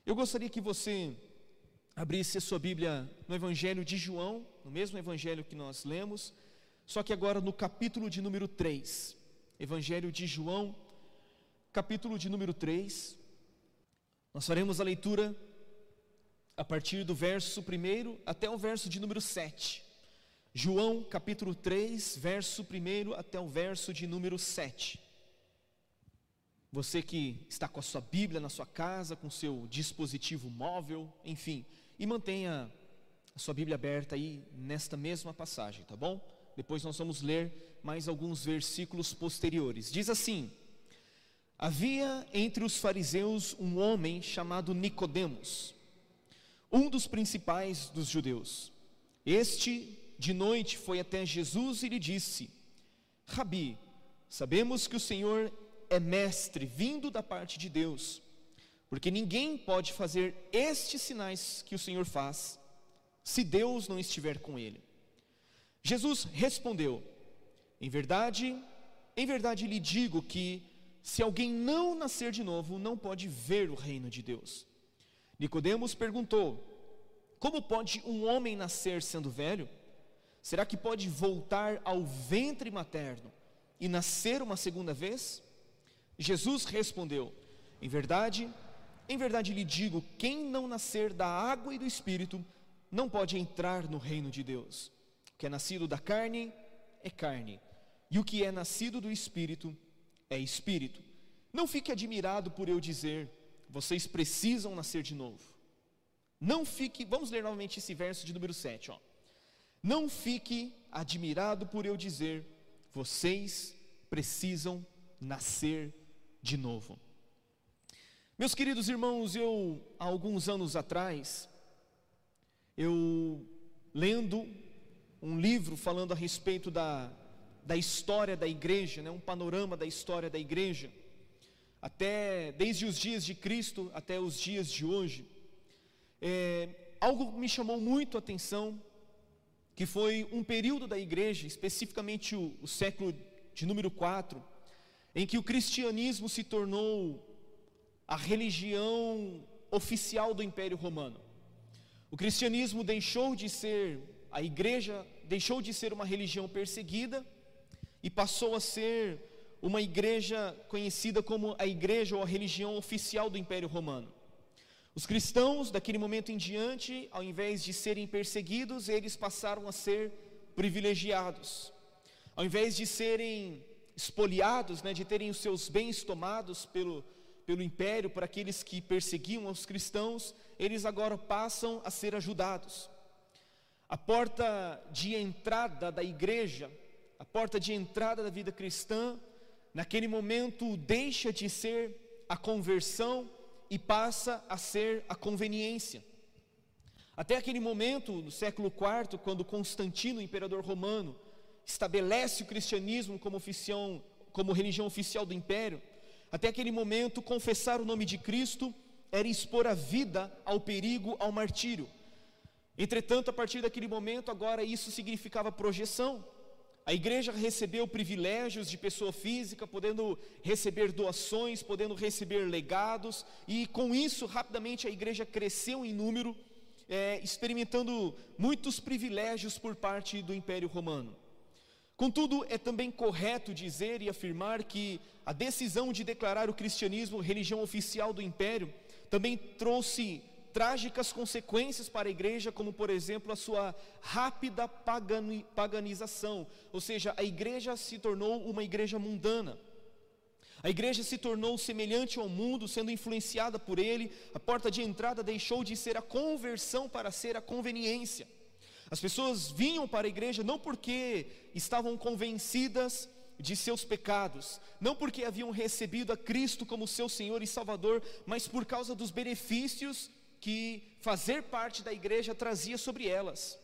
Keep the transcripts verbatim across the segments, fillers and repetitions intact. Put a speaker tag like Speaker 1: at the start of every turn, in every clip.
Speaker 1: Eu gostaria que você abrisse a sua Bíblia no Evangelho de João, no mesmo Evangelho que nós lemos, só que agora no capítulo de número três. Evangelho de João, capítulo de número três. Nós faremos a leitura a partir do verso primeiro até o verso de número sete. João, capítulo três, verso primeiro até o verso de número sete. Você que está com a sua Bíblia na sua casa, com o seu dispositivo móvel, enfim, e mantenha a sua Bíblia aberta aí nesta mesma passagem, tá bom? Depois nós vamos ler mais alguns versículos posteriores. Diz assim: havia entre os fariseus um homem chamado Nicodemos, um dos principais dos judeus. Este, de noite, foi até Jesus e lhe disse: Rabi, sabemos que o Senhor é mestre vindo da parte de Deus, porque ninguém pode fazer estes sinais que o Senhor faz, se Deus não estiver com ele. Jesus respondeu: Em verdade, em verdade lhe digo que, se alguém não nascer de novo, não pode ver o reino de Deus. Nicodemos perguntou: Como pode um homem nascer sendo velho? Será que pode voltar ao ventre materno e nascer uma segunda vez? Jesus respondeu: Em verdade, em verdade lhe digo, quem não nascer da água e do Espírito, não pode entrar no reino de Deus. O que é nascido da carne, é carne, e o que é nascido do Espírito, é Espírito. Não fique admirado por eu dizer, vocês precisam nascer de novo. Não fique, vamos ler novamente esse verso de número sete, ó. Não fique admirado por eu dizer, vocês precisam nascer de novo. Meus queridos irmãos, eu, há alguns anos atrás, eu lendo um livro falando a respeito da, da história da igreja, né, um panorama da história da igreja, até, desde os dias de Cristo até os dias de hoje, é, algo me chamou muito a atenção, que foi um período da igreja, especificamente o, o século de número quatro, em que o cristianismo se tornou a religião oficial do Império Romano. O cristianismo deixou de ser, a igreja deixou de ser uma religião perseguida e passou a ser uma igreja conhecida como a igreja ou a religião oficial do Império Romano. Os cristãos, daquele momento em diante, ao invés de serem perseguidos, eles passaram a ser privilegiados. Ao invés de serem espoliados, né, de terem os seus bens tomados pelo, pelo império, por aqueles que perseguiam os cristãos, eles agora passam a ser ajudados. A porta de entrada da igreja, a porta de entrada da vida cristã, naquele momento deixa de ser a conversão e passa a ser a conveniência. Até aquele momento, no século quarto, quando Constantino, o imperador romano, estabelece o cristianismo como, oficial, como religião oficial do império, até aquele momento, confessar o nome de Cristo era expor a vida ao perigo, ao martírio. Entretanto, a partir daquele momento, agora isso significava projeção. A igreja recebeu privilégios de pessoa física, podendo receber doações, podendo receber legados, e com isso, rapidamente, a igreja cresceu em número, é, experimentando muitos privilégios por parte do Império Romano. Contudo, é também correto dizer e afirmar que a decisão de declarar o cristianismo religião oficial do Império também trouxe trágicas consequências para a igreja, como por exemplo a sua rápida pagani, paganização, ou seja, a igreja se tornou uma igreja mundana. A igreja se tornou semelhante ao mundo, sendo influenciada por ele. A porta de entrada deixou de ser a conversão para ser a conveniência. As pessoas vinham para a igreja não porque estavam convencidas de seus pecados, não porque haviam recebido a Cristo como seu Senhor e Salvador, mas por causa dos benefícios que fazer parte da igreja trazia sobre elas.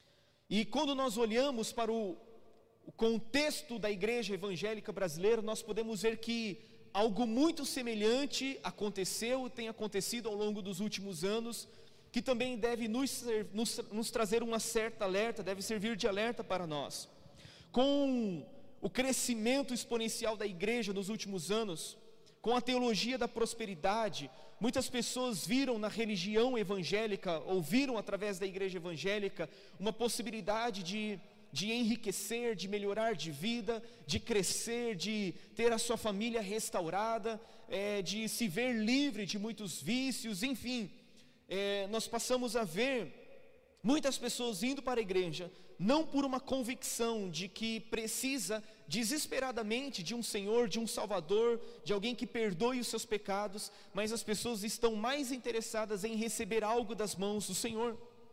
Speaker 1: E quando nós olhamos para o, o contexto da igreja evangélica brasileira, nós podemos ver que algo muito semelhante aconteceu, tem acontecido ao longo dos últimos anos, que também deve nos, nos, nos trazer uma certa alerta, deve servir de alerta para nós. Com o crescimento exponencial da igreja nos últimos anos, com a teologia da prosperidade. Muitas pessoas viram na religião evangélica, ou viram através da igreja evangélica, uma possibilidade de, de enriquecer, de melhorar de vida, de crescer, de ter a sua família restaurada, é, de se ver livre de muitos vícios, enfim. É, nós passamos a ver muitas pessoas indo para a igreja, não por uma convicção de que precisa desesperadamente de um Senhor, de um Salvador, de alguém que perdoe os seus pecados, mas as pessoas estão mais interessadas em receber algo das mãos do Senhor.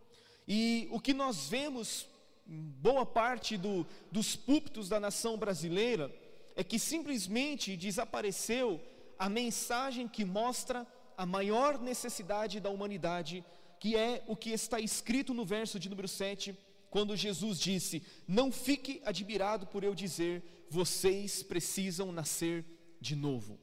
Speaker 1: E o que nós vemos em boa parte do, dos púlpitos da nação brasileira é que simplesmente desapareceu a mensagem que mostra a maior necessidade da humanidade, que é o que está escrito no verso de número sete, quando Jesus disse: não fique admirado por eu dizer, vocês precisam nascer de novo.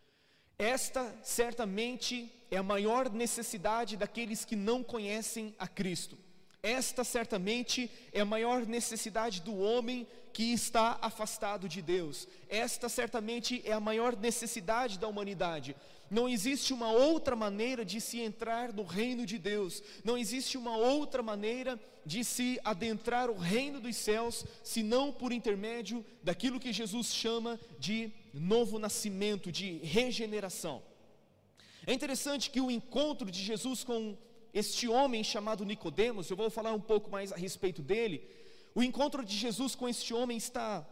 Speaker 1: Esta certamente é a maior necessidade daqueles que não conhecem a Cristo. Esta certamente é a maior necessidade do homem que está afastado de Deus. Esta certamente é a maior necessidade da humanidade. Não existe uma outra maneira de se entrar no reino de Deus. Não existe uma outra maneira de se adentrar o reino dos céus, senão por intermédio daquilo que Jesus chama de novo nascimento, de regeneração. É interessante que o encontro de Jesus com este homem chamado Nicodemos, eu vou falar um pouco mais a respeito dele. O encontro de Jesus com este homem está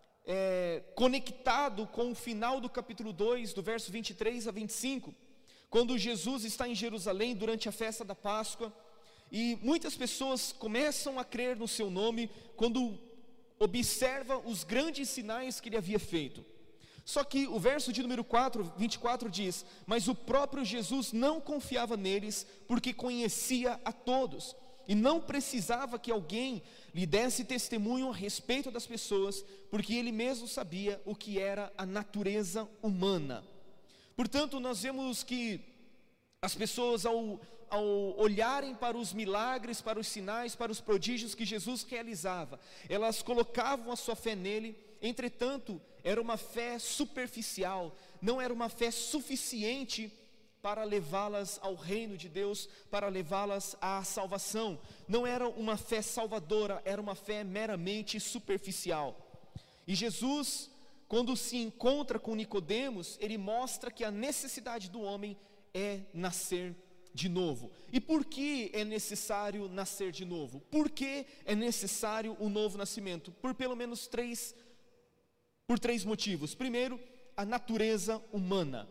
Speaker 1: é, conectado com o final do capítulo dois, do verso vinte e três a vinte e cinco, quando Jesus está em Jerusalém durante a festa da Páscoa, e muitas pessoas começam a crer no seu nome, quando observa os grandes sinais que ele havia feito. Só que o verso de número quatro, vinte e quatro diz: mas o próprio Jesus não confiava neles, porque conhecia a todos, e não precisava que alguém lhe desse testemunho a respeito das pessoas, porque ele mesmo sabia o que era a natureza humana. Portanto, nós vemos que as pessoas, ao, ao olharem para os milagres, para os sinais, para os prodígios que Jesus realizava, elas colocavam a sua fé nele. Entretanto, era uma fé superficial, não era uma fé suficiente para levá-las ao reino de Deus, para levá-las à salvação. Não era uma fé salvadora, era uma fé meramente superficial. E Jesus, quando se encontra com Nicodemos, ele mostra que a necessidade do homem é nascer de novo. E por que é necessário nascer de novo? Por que é necessário um novo nascimento? Por pelo menos três, por três motivos. Primeiro, a natureza humana.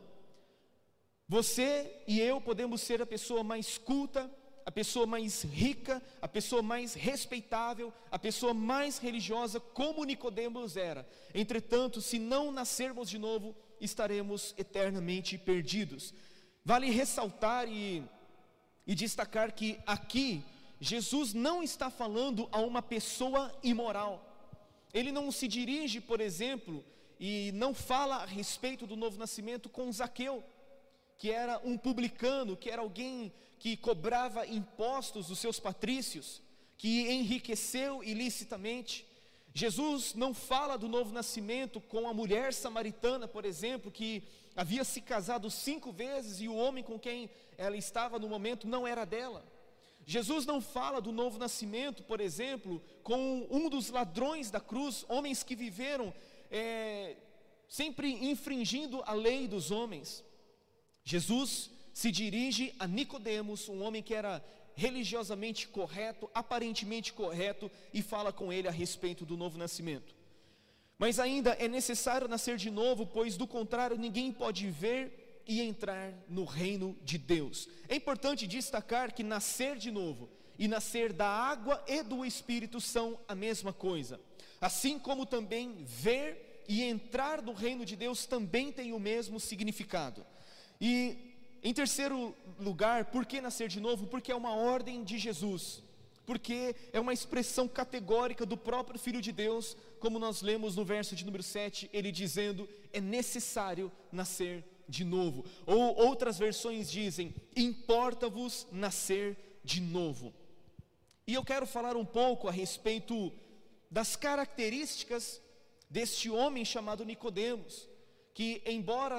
Speaker 1: Você e eu podemos ser a pessoa mais culta, a pessoa mais rica, a pessoa mais respeitável, a pessoa mais religiosa, como Nicodemos era. Entretanto, se não nascermos de novo, estaremos eternamente perdidos. Vale ressaltar e, e destacar que aqui, Jesus não está falando a uma pessoa imoral. Ele não se dirige, por exemplo, e não fala a respeito do novo nascimento com Zaqueu, que era um publicano, que era alguém que cobrava impostos dos seus patrícios, que enriqueceu ilicitamente. Jesus não fala do novo nascimento com a mulher samaritana, por exemplo, que havia se casado cinco vezes e o homem com quem ela estava no momento não era dela. Jesus não fala do novo nascimento, por exemplo, com um dos ladrões da cruz, homens que viveram é, sempre infringindo a lei dos homens. Jesus se dirige a Nicodemos, um homem que era religiosamente correto, aparentemente correto, e fala com ele a respeito do novo nascimento. Mas ainda é necessário nascer de novo, pois do contrário ninguém pode ver e entrar no reino de Deus. É importante destacar que nascer de novo e nascer da água e do Espírito são a mesma coisa. Assim como também ver e entrar no reino de Deus também tem o mesmo significado. E em terceiro lugar, por que nascer de novo? Porque é uma ordem de Jesus, porque é uma expressão categórica do próprio Filho de Deus, como nós lemos no verso de número sete, ele dizendo: é necessário nascer de novo. Ou outras versões dizem: importa-vos nascer de novo. E eu quero falar um pouco a respeito das características deste homem chamado Nicodemos, que embora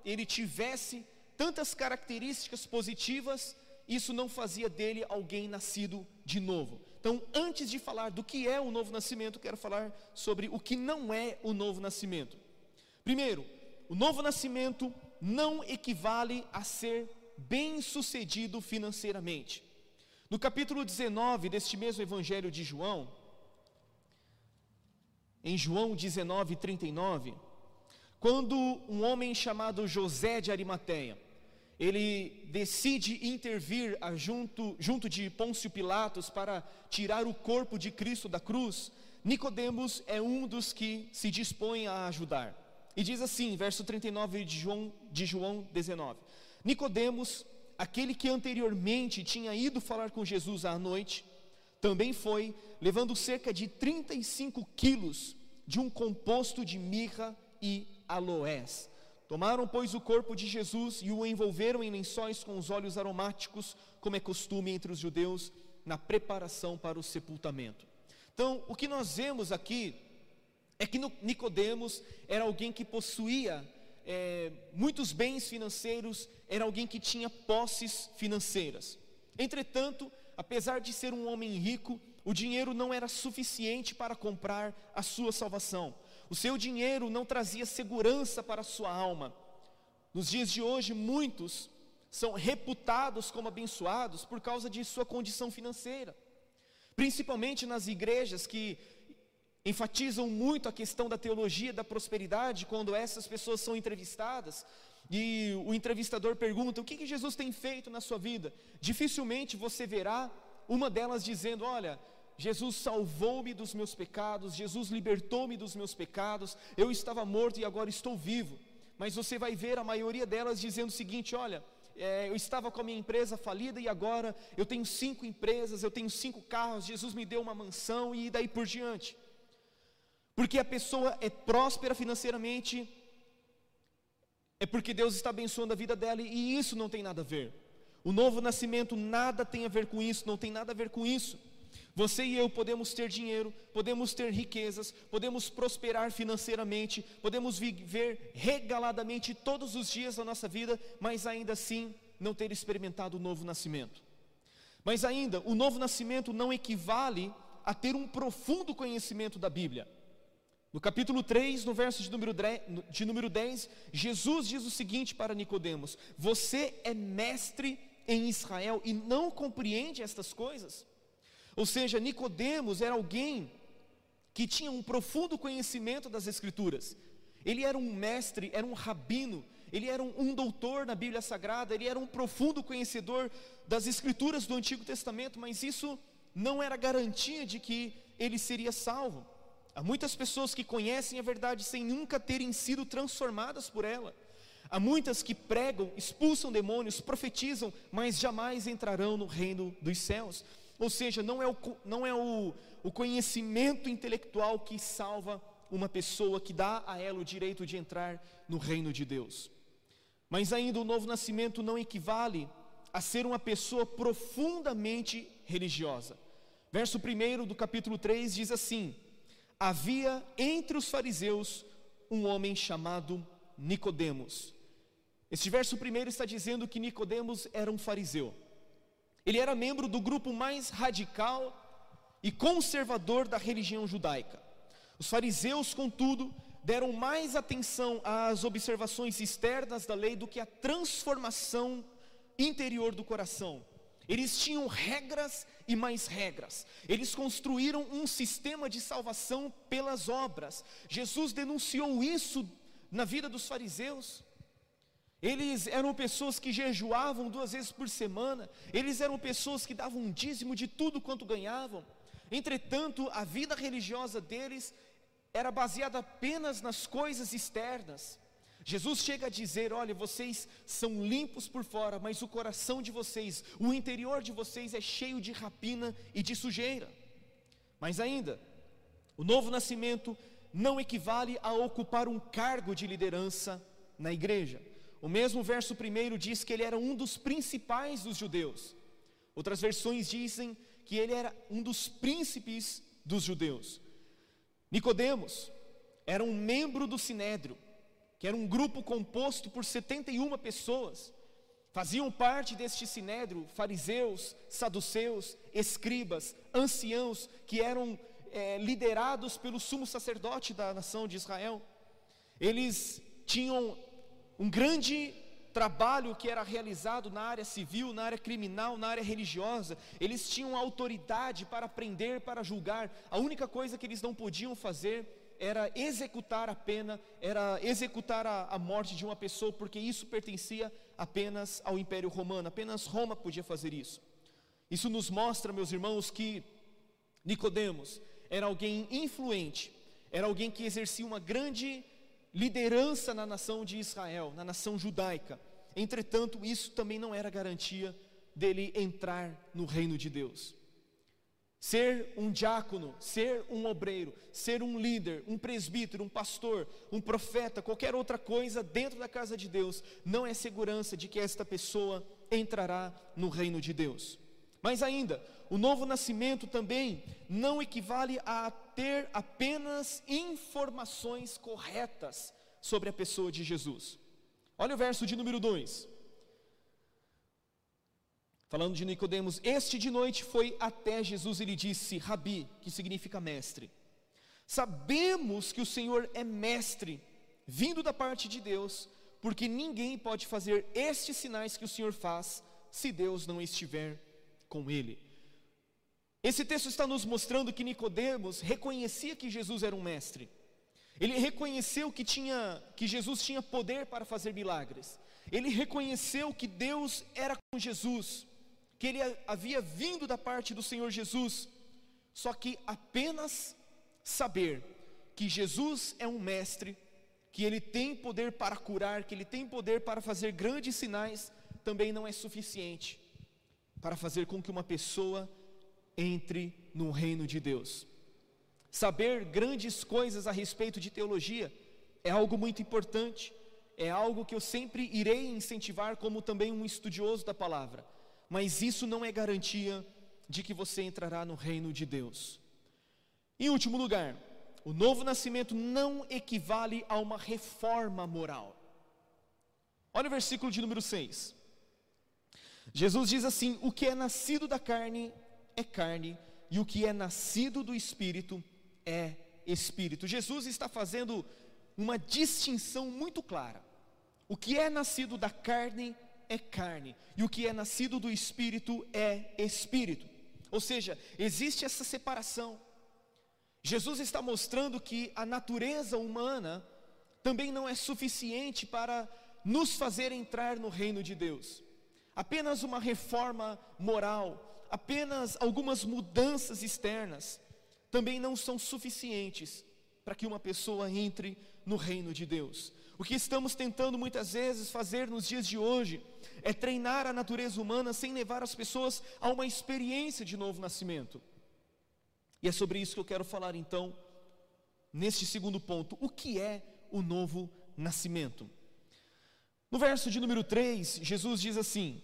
Speaker 1: ele tivesse tantas características positivas, isso não fazia dele alguém nascido de novo. Então, antes de falar do que é o novo nascimento, quero falar sobre o que não é o novo nascimento. Primeiro, o novo nascimento não equivale a ser bem-sucedido financeiramente. No capítulo dezenove deste mesmo Evangelho de João, em João dezenove, trinta e nove, quando um homem chamado José de Arimateia, ele decide intervir junto, junto de Pôncio Pilatos para tirar o corpo de Cristo da cruz, Nicodemos é um dos que se dispõe a ajudar. E diz assim, verso trinta e nove de João, de João dezenove: Nicodemos, aquele que anteriormente tinha ido falar com Jesus à noite, também foi, levando cerca de trinta e cinco quilos de um composto de mirra e aloés. Tomaram, pois, o corpo de Jesus e o envolveram em lençóis com os óleos aromáticos, como é costume entre os judeus, na preparação para o sepultamento. Então, o que nós vemos aqui é que Nicodemos era alguém que possuía é, muitos bens financeiros, era alguém que tinha posses financeiras. Entretanto, apesar de ser um homem rico, o dinheiro não era suficiente para comprar a sua salvação. O seu dinheiro não trazia segurança para a sua alma. Nos dias de hoje, muitos são reputados como abençoados por causa de sua condição financeira. Principalmente nas igrejas que enfatizam muito a questão da teologia da prosperidade, quando essas pessoas são entrevistadas e o entrevistador pergunta: o que que Jesus tem feito na sua vida? Dificilmente você verá uma delas dizendo: olha, Jesus salvou-me dos meus pecados, Jesus libertou-me dos meus pecados, eu estava morto e agora estou vivo. Mas você vai ver a maioria delas dizendo o seguinte: olha, é, eu estava com a minha empresa falida e agora eu tenho cinco empresas, eu tenho cinco carros, Jesus me deu uma mansão e daí por diante. Porque a pessoa é próspera financeiramente, é porque Deus está abençoando a vida dela, e isso não tem nada a ver. O novo nascimento nada tem a ver com isso, não tem nada a ver com isso. Você e eu podemos ter dinheiro, podemos ter riquezas, podemos prosperar financeiramente, podemos viver regaladamente todos os dias da nossa vida, mas ainda assim não ter experimentado o novo nascimento. Mas ainda, o novo nascimento não equivale a ter um profundo conhecimento da Bíblia. No capítulo três, no verso de número, de número dez, Jesus diz o seguinte para Nicodemos: você é mestre em Israel e não compreende estas coisas? Ou seja, Nicodemos era alguém que tinha um profundo conhecimento das Escrituras. Ele era um mestre, era um rabino, ele era um, um doutor na Bíblia Sagrada, ele era um profundo conhecedor das Escrituras do Antigo Testamento, mas isso não era garantia de que ele seria salvo. Há muitas pessoas que conhecem a verdade sem nunca terem sido transformadas por ela. Há muitas que pregam, expulsam demônios, profetizam, mas jamais entrarão no reino dos céus. Ou seja, não é o, não é o, o conhecimento intelectual que salva uma pessoa, que dá a ela o direito de entrar no reino de Deus. Mas ainda o novo nascimento não equivale a ser uma pessoa profundamente religiosa. Verso primeiro do capítulo três diz assim: havia entre os fariseus um homem chamado Nicodemos. Este verso primeiro está dizendo que Nicodemos era um fariseu. Ele era membro do grupo mais radical e conservador da religião judaica. Os fariseus, contudo, deram mais atenção às observações externas da lei do que à transformação interior do coração. Eles tinham regras e mais regras. Eles construíram um sistema de salvação pelas obras. Jesus denunciou isso na vida dos fariseus. Eles eram pessoas que jejuavam duas vezes por semana. Eles eram pessoas que davam um dízimo de tudo quanto ganhavam. Entretanto, a vida religiosa deles era baseada apenas nas coisas externas. Jesus chega a dizer: olha, vocês são limpos por fora, mas o coração de vocês, o interior de vocês é cheio de rapina e de sujeira. Mas ainda, o novo nascimento não equivale a ocupar um cargo de liderança na igreja. O mesmo verso primeiro diz que ele era um dos principais dos judeus. Outras versões dizem que ele era um dos príncipes dos judeus. Nicodemos era um membro do Sinédrio, que era um grupo composto por setenta e uma pessoas. Faziam parte deste sinédrio fariseus, saduceus, escribas, anciãos, que eram é, liderados pelo sumo sacerdote da nação de Israel. Eles tinham um grande trabalho que era realizado na área civil, na área criminal, na área religiosa. Eles tinham autoridade para prender, para julgar. A única coisa que eles não podiam fazer era executar a pena, era executar a, a morte de uma pessoa, porque isso pertencia apenas ao Império Romano, apenas Roma podia fazer isso. Isso nos mostra, meus irmãos, que Nicodemos era alguém influente, era alguém que exercia uma grande liderança na nação de Israel, na nação judaica. Entretanto, isso também não era garantia dele entrar no reino de Deus. Ser um diácono, ser um obreiro, ser um líder, um presbítero, um pastor, um profeta, qualquer outra coisa dentro da casa de Deus, não é segurança de que esta pessoa entrará no reino de Deus. Mas ainda, o novo nascimento também não equivale a ter apenas informações corretas sobre a pessoa de Jesus. Olha o verso de número dois. Falando de Nicodemos, este de noite foi até Jesus e lhe disse, Rabi, que significa mestre. Sabemos que o Senhor é mestre, vindo da parte de Deus, porque ninguém pode fazer estes sinais que o Senhor faz, se Deus não estiver com ele. Esse texto está nos mostrando que Nicodemos reconhecia que Jesus era um mestre. Ele reconheceu que, tinha, que Jesus tinha poder para fazer milagres. Ele reconheceu que Deus era com Jesus, que ele havia vindo da parte do Senhor Jesus. Só que apenas saber que Jesus é um mestre, que ele tem poder para curar, que ele tem poder para fazer grandes sinais, também não é suficiente para fazer com que uma pessoa entre no reino de Deus. Saber grandes coisas a respeito de teologia é algo muito importante, é algo que eu sempre irei incentivar como também um estudioso da palavra, mas isso não é garantia de que você entrará no reino de Deus. Em último lugar, o novo nascimento não equivale a uma reforma moral. Olha o versículo de número seis. Jesus diz assim, o que é nascido da carne é carne, e o que é nascido do Espírito é Espírito. Jesus está fazendo uma distinção muito clara. O que é nascido da carne é carne, e o que é nascido do Espírito é Espírito. Ou seja, existe essa separação. Jesus está mostrando que a natureza humana também não é suficiente para nos fazer entrar no reino de Deus. Apenas uma reforma moral, apenas algumas mudanças externas também não são suficientes para que uma pessoa entre no reino de Deus. O que estamos tentando muitas vezes fazer nos dias de hoje é treinar a natureza humana sem levar as pessoas a uma experiência de novo nascimento. E é sobre isso que eu quero falar então, neste segundo ponto. O que é o novo nascimento? No verso de número três, Jesus diz assim,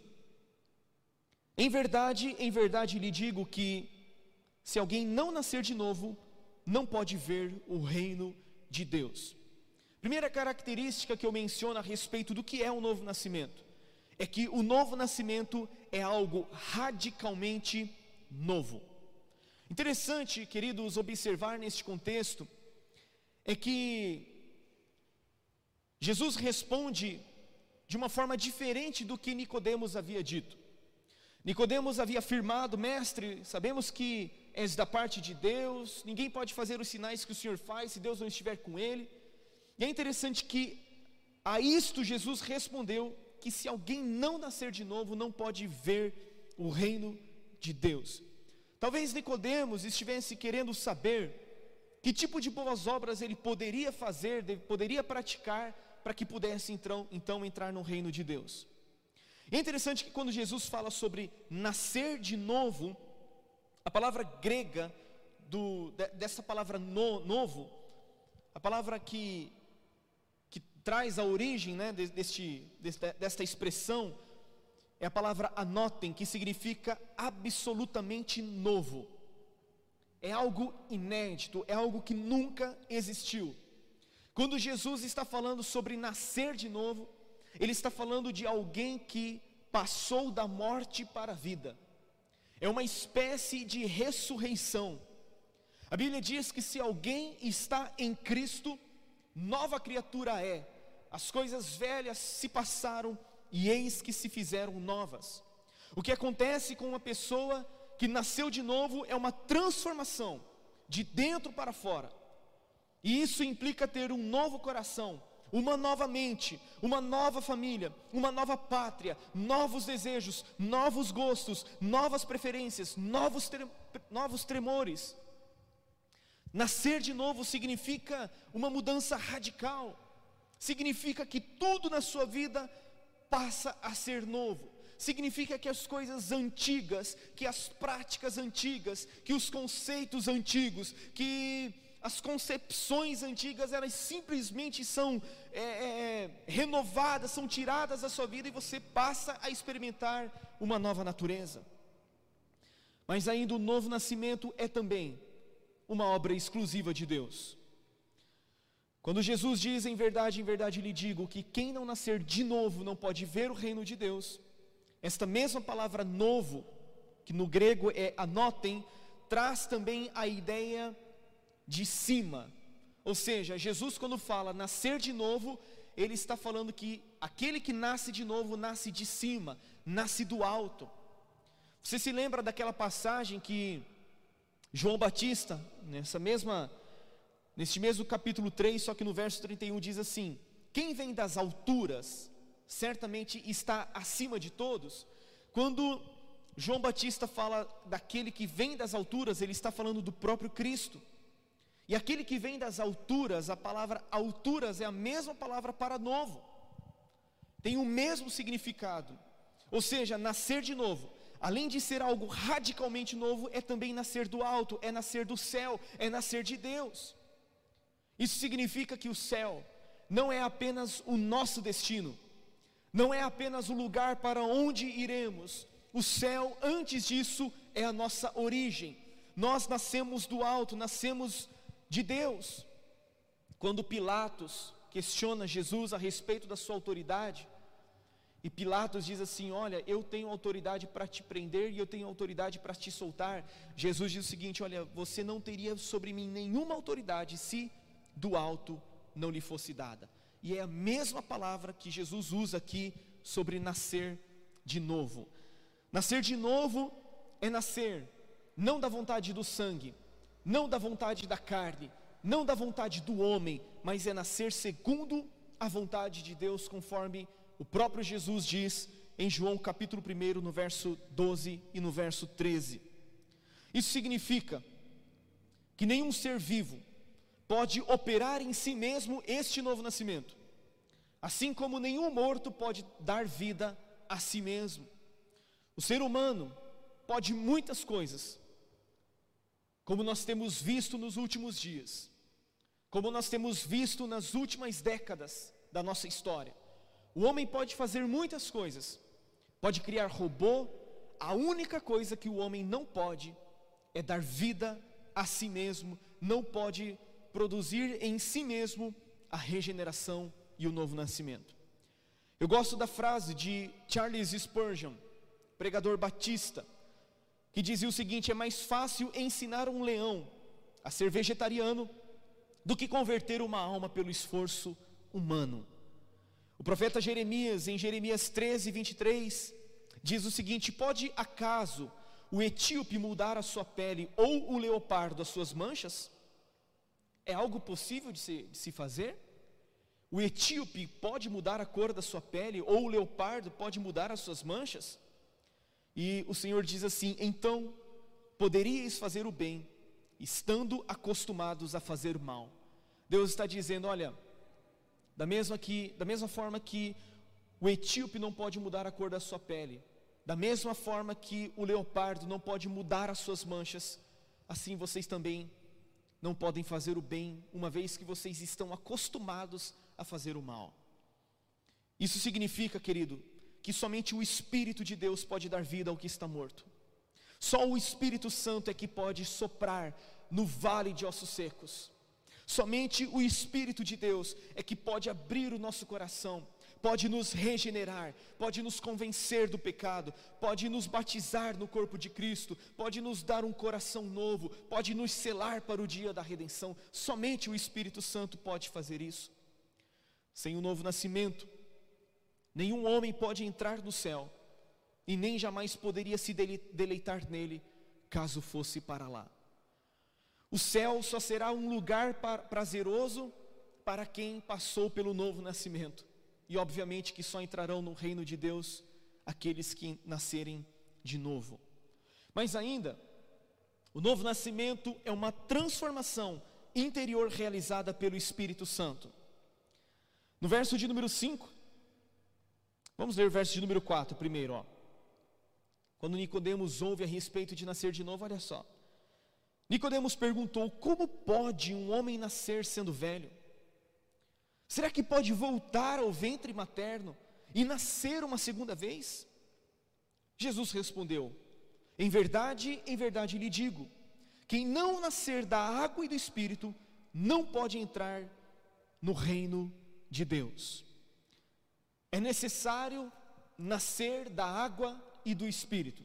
Speaker 1: em verdade, em verdade lhe digo que, se alguém não nascer de novo, não pode ver o reino de Deus. Primeira característica que eu menciono a respeito do que é o novo nascimento, é que o novo nascimento é algo radicalmente novo. Interessante, queridos, observar neste contexto, é que Jesus responde de uma forma diferente do que Nicodemos havia dito. Nicodemos havia afirmado, mestre, sabemos que és da parte de Deus, ninguém pode fazer os sinais que o Senhor faz se Deus não estiver com ele. E é interessante que a isto Jesus respondeu que se alguém não nascer de novo, não pode ver o reino de Deus. Talvez Nicodemos estivesse querendo saber que tipo de boas obras ele poderia fazer, poderia praticar, para que pudesse então, então entrar no reino de Deus. É interessante que quando Jesus fala sobre nascer de novo, a palavra grega, do, dessa palavra no, novo, a palavra que, que traz a origem, né, deste, desta, desta expressão, é a palavra anotem, que significa absolutamente novo. É algo inédito, é algo que nunca existiu. Quando Jesus está falando sobre nascer de novo, Ele está falando de alguém que passou da morte para a vida. É uma espécie de ressurreição. A Bíblia diz que se alguém está em Cristo, nova criatura é. As coisas velhas se passaram e eis que se fizeram novas. O que acontece com uma pessoa que nasceu de novo é uma transformação, de dentro para fora. E isso implica ter um novo coração, uma nova mente, uma nova família, uma nova pátria, novos desejos, novos gostos, novas preferências, novos, tre- novos tremores. Nascer de novo significa uma mudança radical, significa que tudo na sua vida passa a ser novo, significa que as coisas antigas, que as práticas antigas, que os conceitos antigos, que as concepções antigas, elas simplesmente são é, é, renovadas, são tiradas da sua vida e você passa a experimentar uma nova natureza. Mas ainda o novo nascimento é também uma obra exclusiva de Deus. Quando Jesus diz, em verdade, em verdade lhe digo, que quem não nascer de novo não pode ver o reino de Deus, esta mesma palavra novo, que no grego é anotem, traz também a ideia de cima. Ou seja, Jesus, quando fala nascer de novo, Ele está falando que aquele que nasce de novo, nasce de cima, nasce do alto. Você se lembra daquela passagem que João Batista, nessa mesma, neste mesmo capítulo três, só que no verso trinta e um diz assim: quem vem das alturas, certamente está acima de todos. Quando João Batista fala daquele que vem das alturas, ele está falando do próprio Cristo. E aquele que vem das alturas, a palavra alturas é a mesma palavra para novo, tem o mesmo significado. Ou seja, nascer de novo, além de ser algo radicalmente novo, é também nascer do alto, é nascer do céu, é nascer de Deus. Isso significa que o céu não é apenas o nosso destino, não é apenas o lugar para onde iremos. O céu, antes disso, é a nossa origem. Nós nascemos do alto, nascemos de Deus. Quando Pilatos questiona Jesus a respeito da sua autoridade, e Pilatos diz assim: olha, eu tenho autoridade para te prender e eu tenho autoridade para te soltar. Jesus diz o seguinte: olha, você não teria sobre mim nenhuma autoridade se do alto não lhe fosse dada. E é a mesma palavra que Jesus usa aqui sobre nascer de novo. Nascer de novo é nascer não da vontade do sangue, não da vontade da carne, não da vontade do homem, mas é nascer segundo a vontade de Deus, conforme o próprio Jesus diz em João capítulo um, no verso doze e no verso treze. Isso significa que nenhum ser vivo pode operar em si mesmo este novo nascimento, assim como nenhum morto pode dar vida a si mesmo. O ser humano pode muitas coisas, como nós temos visto nos últimos dias, como nós temos visto nas últimas décadas da nossa história. O homem pode fazer muitas coisas, pode criar robô. A única coisa que o homem não pode é dar vida a si mesmo, não pode produzir em si mesmo a regeneração e o novo nascimento. Eu gosto da frase de Charles Spurgeon, pregador batista, que dizia o seguinte: é mais fácil ensinar um leão a ser vegetariano do que converter uma alma pelo esforço humano. O profeta Jeremias, em Jeremias treze, vinte e três, diz o seguinte: pode acaso o etíope mudar a sua pele ou o leopardo as suas manchas? É algo possível de se, de se fazer? O etíope pode mudar a cor da sua pele ou o leopardo pode mudar as suas manchas? E o Senhor diz assim: então poderíeis fazer o bem, estando acostumados a fazer o mal. Deus está dizendo: olha, da mesma, que, da mesma forma que o etíope não pode mudar a cor da sua pele, da mesma forma que o leopardo não pode mudar as suas manchas, assim vocês também não podem fazer o bem, uma vez que vocês estão acostumados a fazer o mal. Isso significa, querido, que somente o Espírito de Deus pode dar vida ao que está morto. Só o Espírito Santo é que pode soprar no vale de ossos secos. Somente o Espírito de Deus é que pode abrir o nosso coração, pode nos regenerar, pode nos convencer do pecado, pode nos batizar no corpo de Cristo, pode nos dar um coração novo, pode nos selar para o dia da redenção. Somente o Espírito Santo pode fazer isso. Sem o novo nascimento, nenhum homem pode entrar no céu, e nem jamais poderia se deleitar nele, caso fosse para lá. O céu só será um lugar prazeroso para quem passou pelo novo nascimento. E obviamente que só entrarão no reino de Deus aqueles que nascerem de novo. Mas ainda, o novo nascimento é uma transformação interior realizada pelo Espírito Santo. No verso de número cinco, vamos ler o verso de número quatro primeiro, ó. Quando Nicodemos ouve a respeito de nascer de novo, olha só. Nicodemos perguntou: como pode um homem nascer sendo velho? Será que pode voltar ao ventre materno e nascer uma segunda vez? Jesus respondeu: em verdade, em verdade lhe digo, quem não nascer da água e do Espírito, não pode entrar no reino de Deus. É necessário nascer da água e do Espírito.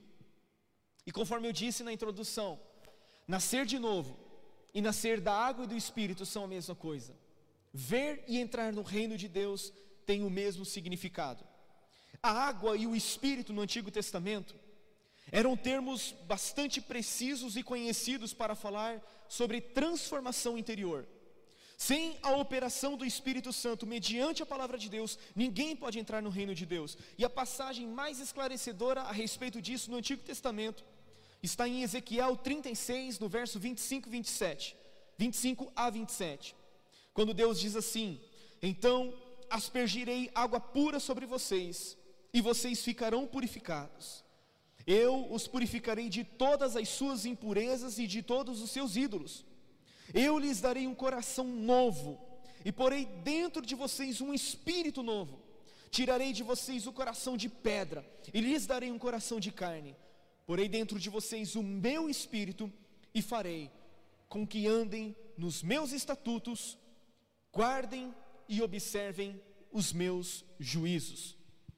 Speaker 1: E conforme eu disse na introdução, nascer de novo e nascer da água e do Espírito são a mesma coisa. Ver e entrar no reino de Deus tem o mesmo significado. A água e o Espírito no Antigo Testamento eram termos bastante precisos e conhecidos para falar sobre transformação interior. Sem a operação do Espírito Santo, mediante a palavra de Deus, ninguém pode entrar no reino de Deus. E a passagem mais esclarecedora a respeito disso no Antigo Testamento está em Ezequiel trinta e seis, no verso vinte e cinco e vinte e sete, vinte e cinco a vinte e sete, quando Deus diz assim: então aspergirei água pura sobre vocês, e vocês ficarão purificados. Eu os purificarei de todas as suas impurezas e de todos os seus ídolos. Eu lhes darei um coração novo, e porei dentro de vocês um espírito novo. Tirarei de vocês o coração de pedra, e lhes darei um coração de carne. Porei dentro de vocês o meu espírito, e farei com que andem nos meus estatutos, guardem e observem os meus juízos.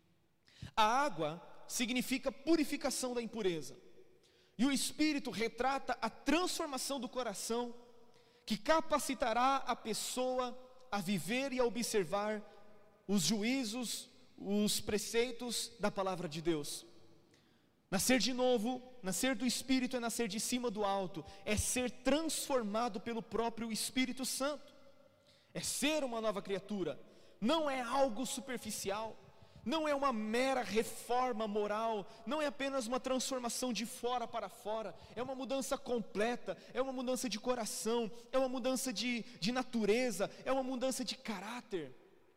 Speaker 1: A água significa purificação da impureza, e o Espírito retrata a transformação do coração, que capacitará a pessoa a viver e a observar os juízos, os preceitos da palavra de Deus. Nascer de novo, nascer do Espírito é nascer de cima do alto, é ser transformado pelo próprio Espírito Santo, é ser uma nova criatura, não é algo superficial, não é uma mera reforma moral, não é apenas uma transformação de fora para fora, é uma mudança completa, é uma mudança de coração, é uma mudança de, de natureza, é uma mudança de caráter.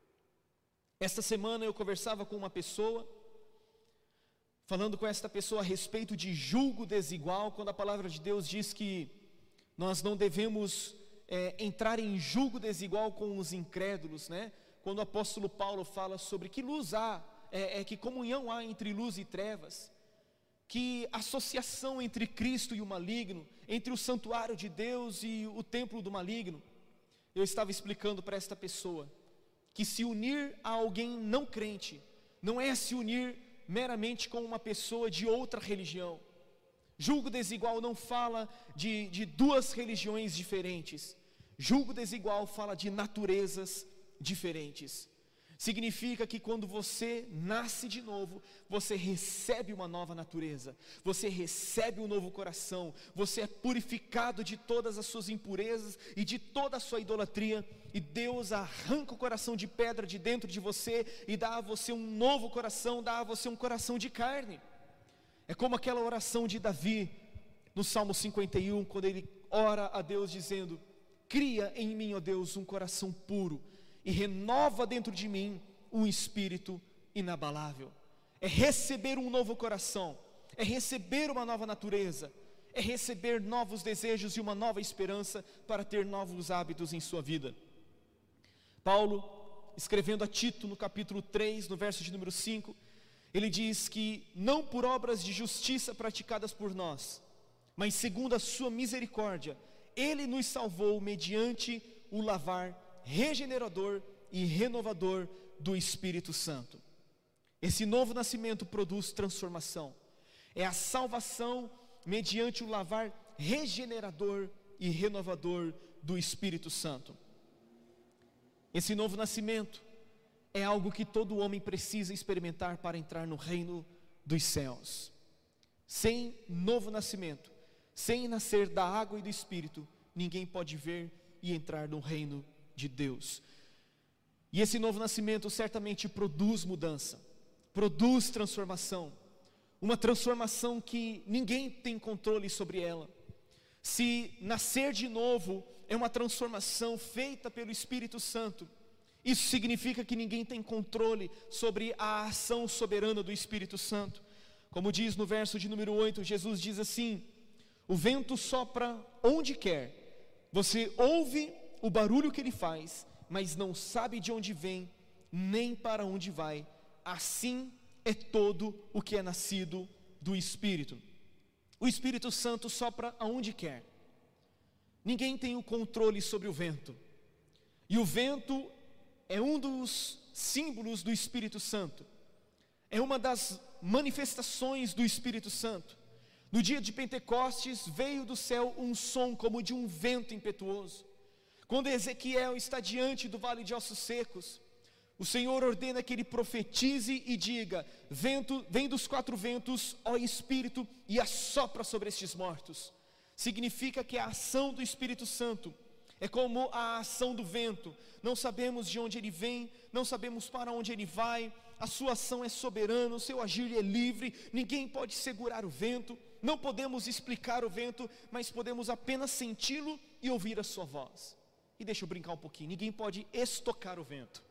Speaker 1: Esta semana eu conversava com uma pessoa, falando com esta pessoa a respeito de julgo desigual, quando a palavra de Deus diz que nós não devemos é, entrar em julgo desigual com os incrédulos, né? Quando o apóstolo Paulo fala sobre que luz há, é, é, que comunhão há entre luz e trevas, que associação entre Cristo e o maligno, entre o santuário de Deus e o templo do maligno. Eu estava explicando para esta pessoa, que se unir a alguém não crente, não é se unir meramente com uma pessoa de outra religião. Julgo desigual não fala de, de duas religiões diferentes, julgo desigual fala de naturezas diferentes. Significa que quando você nasce de novo, você recebe uma nova natureza, você recebe um novo coração, você é purificado de todas as suas impurezas e de toda a sua idolatria, e Deus arranca o coração de pedra de dentro de você e dá a você um novo coração, dá a você um coração de carne. É como aquela oração de Davi no Salmo cinquenta e um, quando ele ora a Deus dizendo: cria em mim, ó Deus, um coração puro e renova dentro de mim um espírito inabalável. É receber um novo coração, é receber uma nova natureza, é receber novos desejos e uma nova esperança para ter novos hábitos em sua vida. Paulo, escrevendo a Tito no capítulo três, no verso de número cinco, ele diz que não por obras de justiça praticadas por nós, mas segundo a sua misericórdia, ele nos salvou mediante o lavar regenerador e renovador do Espírito Santo. Esse novo nascimento produz transformação. É a salvação mediante o lavar regenerador e renovador do Espírito Santo. Esse novo nascimento é algo que todo homem precisa experimentar para entrar no reino dos céus. Sem novo nascimento, sem nascer da água e do Espírito, ninguém pode ver e entrar no reino de Deus. E esse novo nascimento certamente produz mudança, produz transformação, uma transformação que ninguém tem controle sobre ela. Se nascer de novo é uma transformação feita pelo Espírito Santo, isso significa que ninguém tem controle sobre a ação soberana do Espírito Santo. Como diz no verso de número oito, Jesus diz assim: o vento sopra onde quer, você ouve o barulho que ele faz, mas não sabe de onde vem, nem para onde vai. Assim é todo o que é nascido do Espírito. O Espírito Santo sopra aonde quer. Ninguém tem o controle sobre o vento. E o vento é um dos símbolos do Espírito Santo. É uma das manifestações do Espírito Santo. No dia de Pentecostes veio do céu um som como de um vento impetuoso. Quando Ezequiel está diante do vale de ossos secos, o Senhor ordena que ele profetize e diga: vento, vem dos quatro ventos, ó Espírito, e assopra sobre estes mortos. Significa que a ação do Espírito Santo é como a ação do vento. Não sabemos de onde ele vem, não sabemos para onde ele vai. A sua ação é soberana, o seu agir é livre. Ninguém pode segurar o vento. Não podemos explicar o vento, mas podemos apenas senti-lo e ouvir a sua voz. E deixa eu brincar um pouquinho, ninguém pode estocar o vento.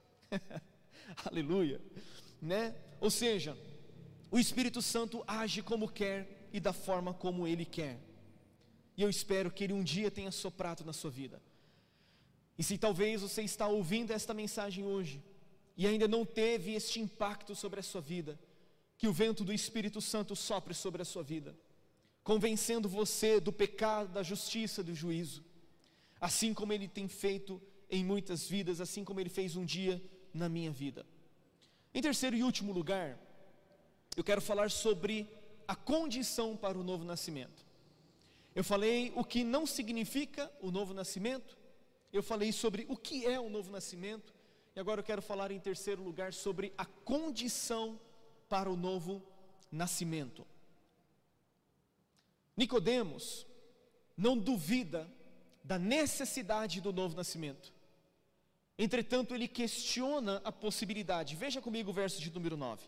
Speaker 1: Aleluia, né? Ou seja, o Espírito Santo age como quer e da forma como ele quer. E eu espero que ele um dia tenha soprado na sua vida. E se talvez você está ouvindo esta mensagem hoje e ainda não teve este impacto sobre a sua vida, que o vento do Espírito Santo sopre sobre a sua vida, convencendo você do pecado, da justiça, do juízo, assim como ele tem feito em muitas vidas, assim como ele fez um dia na minha vida. Em terceiro e último lugar, eu quero falar sobre a condição para o novo nascimento. Eu falei o que não significa o novo nascimento, eu falei sobre o que é o novo nascimento, e agora eu quero falar em terceiro lugar sobre a condição para o novo nascimento. Nicodemos não duvida da necessidade do novo nascimento. Entretanto, ele questiona a possibilidade. Veja comigo o verso de número nove.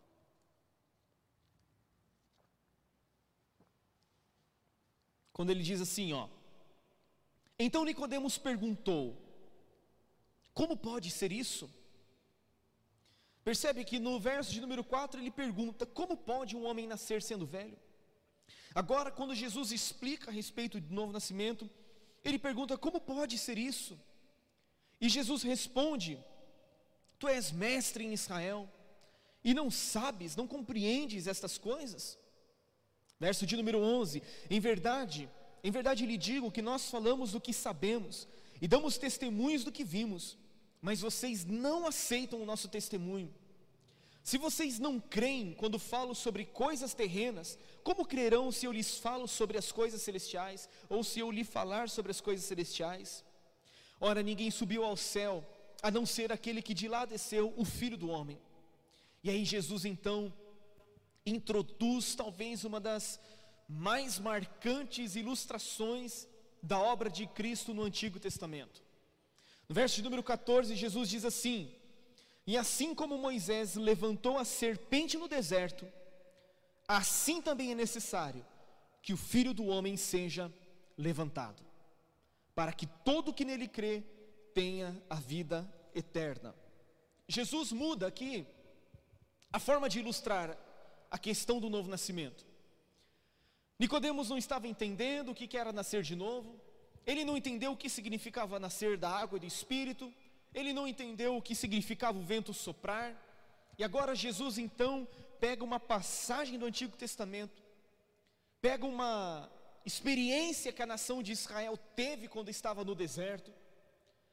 Speaker 1: Quando ele diz assim, ó: então Nicodemos perguntou: como pode ser isso? Percebe que no verso de número quatro ele pergunta: como pode um homem nascer sendo velho? Agora, quando Jesus explica a respeito do novo nascimento, ele pergunta: como pode ser isso? E Jesus responde: tu és mestre em Israel e não sabes, não compreendes estas coisas? Verso de número onze: em verdade, em verdade lhe digo que nós falamos do que sabemos e damos testemunhos do que vimos, mas vocês não aceitam o nosso testemunho. Se vocês não creem quando falo sobre coisas terrenas, como crerão se eu lhes falo sobre as coisas celestiais, ou se eu lhe falar sobre as coisas celestiais? Ora, ninguém subiu ao céu, a não ser aquele que de lá desceu, o Filho do Homem. E aí Jesus então introduz talvez uma das mais marcantes ilustrações da obra de Cristo no Antigo Testamento. No verso de número quatorze, Jesus diz assim: e assim como Moisés levantou a serpente no deserto, assim também é necessário que o Filho do Homem seja levantado, para que todo que nele crê tenha a vida eterna. Jesus muda aqui a forma de ilustrar a questão do novo nascimento. Nicodemos não estava entendendo o que era nascer de novo, ele não entendeu o que significava nascer da água e do Espírito, ele não entendeu o que significava o vento soprar, e agora Jesus então pega uma passagem do Antigo Testamento, pega uma experiência que a nação de Israel teve quando estava no deserto,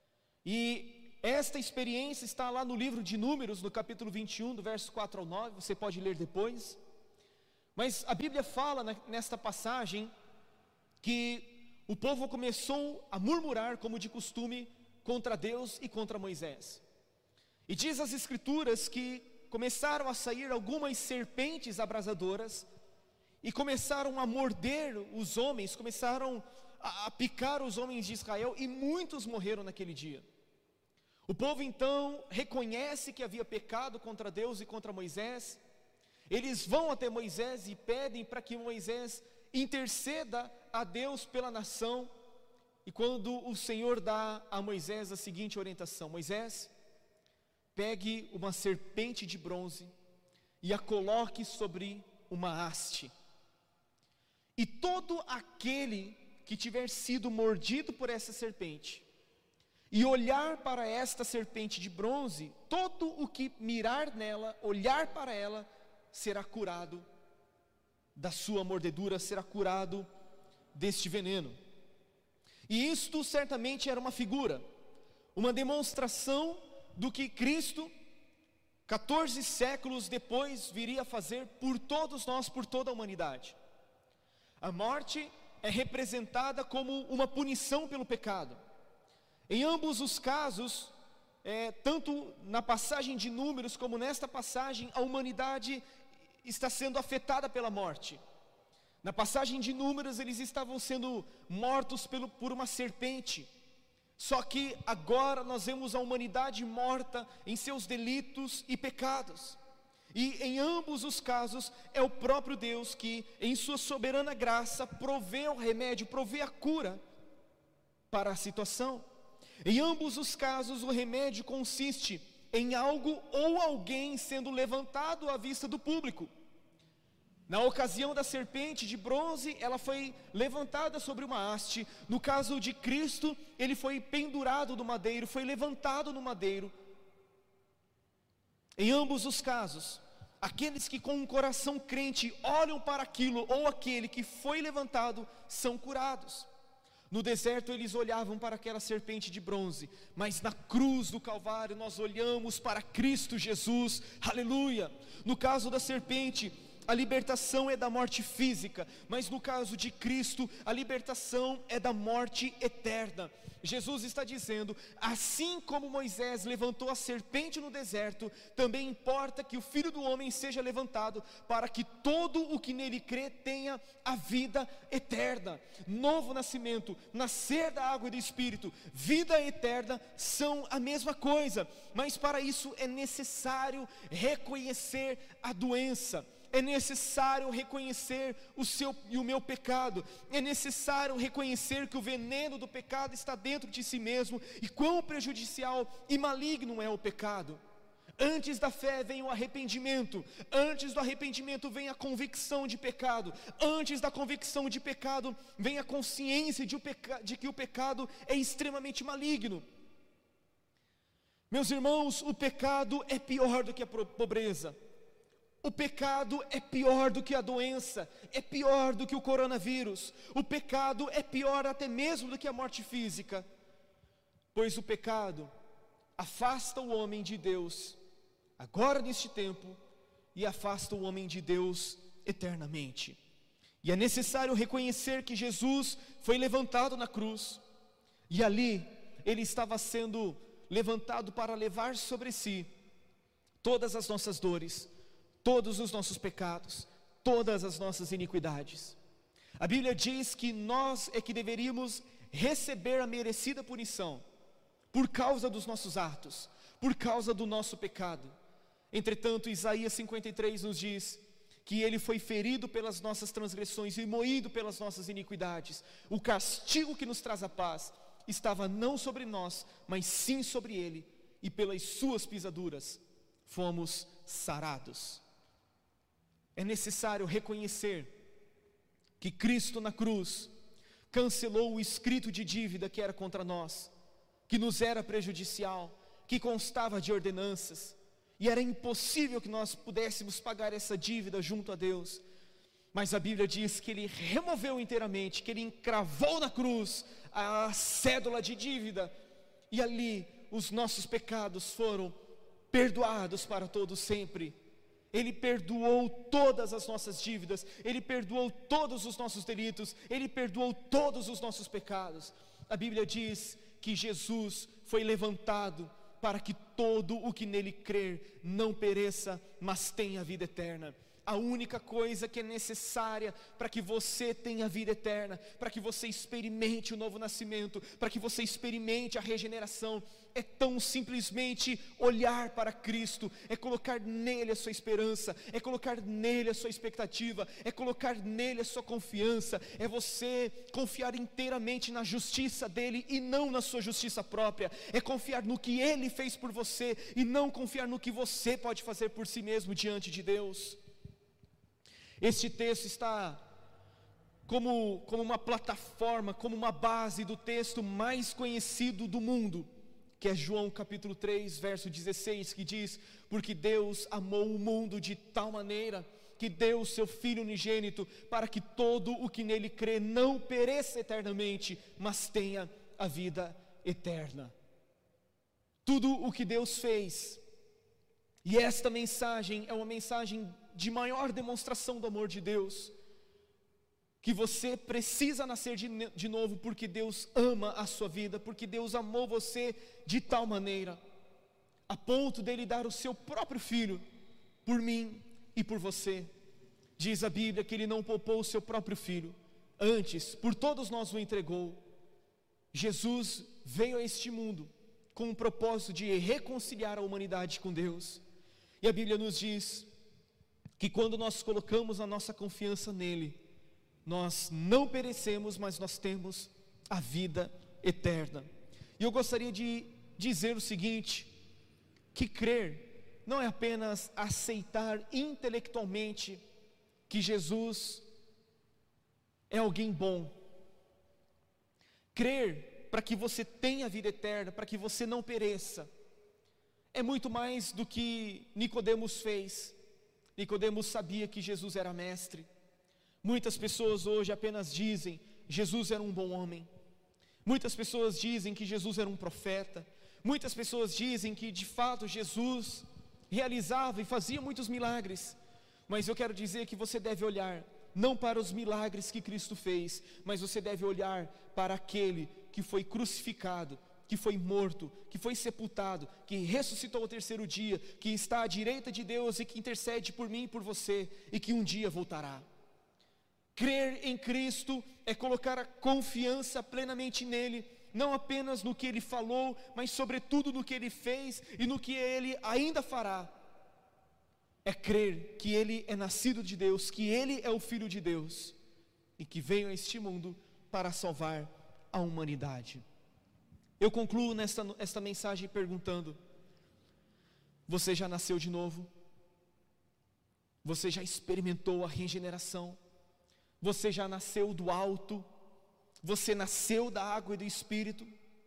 Speaker 1: E esta experiência está lá no livro de Números, no capítulo vinte e um, do verso quatro ao nove, você pode ler depois. Mas a Bíblia fala nesta passagem que o povo começou a murmurar, como de costume, contra Deus e contra Moisés. E diz as Escrituras que começaram a sair algumas serpentes abrasadoras e começaram a morder os homens, começaram a, a picar os homens de Israel, e muitos morreram naquele dia. O povo então reconhece que havia pecado contra Deus e contra Moisés. Eles vão até Moisés e pedem para que Moisés interceda a Deus pela nação. E quando o Senhor dá a Moisés a seguinte orientação: Moisés, pegue uma serpente de bronze e a coloque sobre uma haste, e todo aquele que tiver sido mordido por essa serpente e olhar para esta serpente de bronze, todo o que mirar nela, olhar para ela, será curado da sua mordedura, será curado deste veneno. E isto certamente era uma figura, uma demonstração do que Cristo, quatorze séculos depois, viria a fazer por todos nós, por toda a humanidade. A morte é representada como uma punição pelo pecado. Em ambos os casos, é, tanto na passagem de Números como nesta passagem, a humanidade está sendo afetada pela morte. Na passagem de Números, eles estavam sendo mortos pelo, por uma serpente. Só que agora nós vemos a humanidade morta em seus delitos e pecados. E em ambos os casos é o próprio Deus que, em sua soberana graça, provê o remédio, provê a cura para a situação. Em ambos os casos o remédio consiste em algo ou alguém sendo levantado à vista do público. Na ocasião da serpente de bronze, ela foi levantada sobre uma haste. No caso de Cristo, ele foi pendurado no madeiro, foi levantado no madeiro. Em ambos os casos, aqueles que com um coração crente olham para aquilo ou aquele que foi levantado são curados. No deserto eles olhavam para aquela serpente de bronze, mas na cruz do Calvário nós olhamos para Cristo Jesus, aleluia. No caso da serpente, a libertação é da morte física, mas no caso de Cristo, a libertação é da morte eterna. Jesus está dizendo: assim como Moisés levantou a serpente no deserto, também importa que o Filho do Homem seja levantado, para que todo o que nele crê tenha a vida eterna. Novo nascimento, nascer da água e do Espírito, vida eterna são a mesma coisa, mas para isso é necessário reconhecer a doença. É necessário reconhecer o seu e o meu pecado. É necessário reconhecer que o veneno do pecado está dentro de si mesmo, e quão prejudicial e maligno é o pecado. Antes da fé vem o arrependimento. Antes do arrependimento vem a convicção de pecado. Antes da convicção de pecado vem a consciência de, o peca... de que o pecado é extremamente maligno. Meus irmãos, o pecado é pior do que a pobreza. O pecado é pior do que a doença, é pior do que o coronavírus. O pecado é pior até mesmo do que a morte física, pois o pecado afasta o homem de Deus, agora neste tempo, e afasta o homem de Deus eternamente. E é necessário reconhecer que Jesus foi levantado na cruz, e ali ele estava sendo levantado para levar sobre si todas as nossas dores, todos os nossos pecados, todas as nossas iniquidades. A Bíblia diz que nós é que deveríamos receber a merecida punição, por causa dos nossos atos, por causa do nosso pecado. Entretanto, Isaías cinquenta e três nos diz que ele foi ferido pelas nossas transgressões e moído pelas nossas iniquidades. O castigo que nos traz a paz estava não sobre nós, mas sim sobre ele, e pelas suas pisaduras fomos sarados. É necessário reconhecer que Cristo na cruz cancelou o escrito de dívida que era contra nós, que nos era prejudicial, que constava de ordenanças, e era impossível que nós pudéssemos pagar essa dívida junto a Deus. Mas a Bíblia diz que ele removeu inteiramente, que ele encravou na cruz a cédula de dívida, e ali os nossos pecados foram perdoados para todo sempre. Ele perdoou todas as nossas dívidas, Ele perdoou todos os nossos delitos, Ele perdoou todos os nossos pecados. A Bíblia diz que Jesus foi levantado para que todo o que nele crer não pereça, mas tenha vida eterna. A única coisa que é necessária para que você tenha vida eterna, para que você experimente o novo nascimento, para que você experimente a regeneração, é tão simplesmente olhar para Cristo, é colocar nele a sua esperança, é colocar nele a sua expectativa, é colocar nele a sua confiança, é você confiar inteiramente na justiça dele e não na sua justiça própria, é confiar no que ele fez por você e não confiar no que você pode fazer por si mesmo diante de Deus. Este texto está como, como uma plataforma, como uma base do texto mais conhecido do mundo, que é João capítulo três, verso dezesseis, que diz: porque Deus amou o mundo de tal maneira, que deu o seu Filho unigênito, para que todo o que nele crê não pereça eternamente, mas tenha a vida eterna. Tudo o que Deus fez, e esta mensagem é uma mensagem de maior demonstração do amor de Deus, que você precisa nascer de, de novo, porque Deus ama a sua vida, porque Deus amou você de tal maneira, a ponto dele dar o seu próprio Filho, por mim e por você. Diz a Bíblia que ele não poupou o seu próprio Filho, antes, por todos nós o entregou. Jesus veio a este mundo, com o propósito de reconciliar a humanidade com Deus, e a Bíblia nos diz, que quando nós colocamos a nossa confiança nele, nós não perecemos, mas nós temos a vida eterna. E eu gostaria de dizer o seguinte, que crer não é apenas aceitar intelectualmente que Jesus é alguém bom. Crer para que você tenha a vida eterna, para que você não pereça, é muito mais do que Nicodemos fez. Nicodemos sabia que Jesus era mestre. Muitas pessoas hoje apenas dizem, Jesus era um bom homem. Muitas pessoas dizem que Jesus era um profeta. Muitas pessoas dizem que de fato Jesus realizava e fazia muitos milagres. Mas eu quero dizer que você deve olhar, não para os milagres que Cristo fez, mas você deve olhar para aquele que foi crucificado, que foi morto, que foi sepultado, que ressuscitou ao terceiro dia, que está à direita de Deus e que intercede por mim e por você, e que um dia voltará. Crer em Cristo é colocar a confiança plenamente nele, não apenas no que ele falou, mas sobretudo no que ele fez e no que ele ainda fará. É crer que ele é nascido de Deus, que ele é o Filho de Deus, e que veio a este mundo para salvar a humanidade. Eu concluo nesta, esta mensagem perguntando: você já nasceu de novo? Você já experimentou a regeneração? Você já nasceu do alto? Você nasceu da água e do Espírito?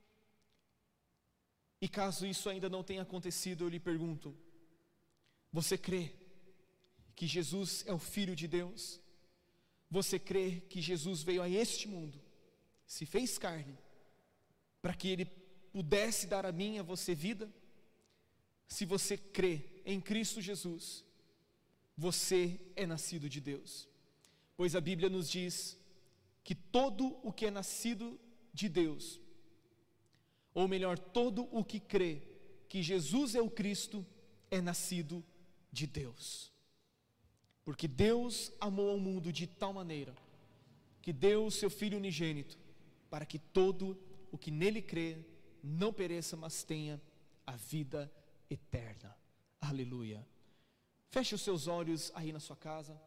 Speaker 1: E caso isso ainda não tenha acontecido, eu lhe pergunto: você crê que Jesus é o Filho de Deus? Você crê que Jesus veio a este mundo, se fez carne, para que Ele pudesse dar a mim e a você vida? Se você crê em Cristo Jesus, você é nascido de Deus, pois a Bíblia nos diz que todo o que é nascido de Deus, ou melhor, todo o que crê que Jesus é o Cristo, é nascido de Deus, porque Deus amou ao mundo de tal maneira, que deu o seu Filho unigênito, para que todo o que nele crê não pereça, mas tenha a vida eterna. Aleluia. Feche os seus olhos aí na sua casa.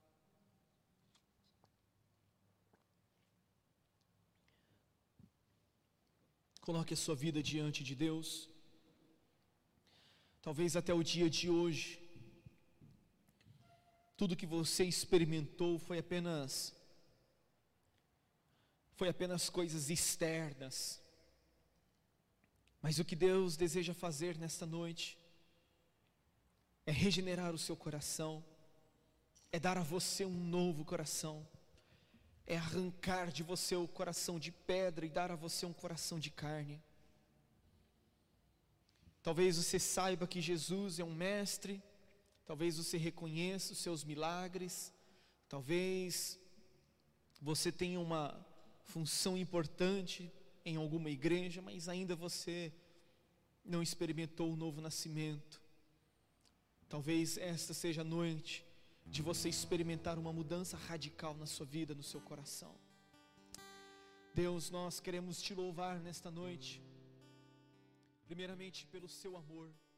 Speaker 1: Coloque a sua vida diante de Deus. Talvez até o dia de hoje, tudo que você experimentou foi apenas Foi apenas coisas externas. Mas o que Deus deseja fazer nesta noite é regenerar o seu coração, é dar a você um novo coração, é arrancar de você o coração de pedra e dar a você um coração de carne. Talvez você saiba que Jesus é um mestre, talvez você reconheça os seus milagres, talvez você tenha uma função importante em alguma igreja, mas ainda você não experimentou o novo nascimento. Talvez esta seja a noite de você experimentar uma mudança radical na sua vida, no seu coração. Deus, nós queremos te louvar nesta noite, primeiramente pelo seu amor,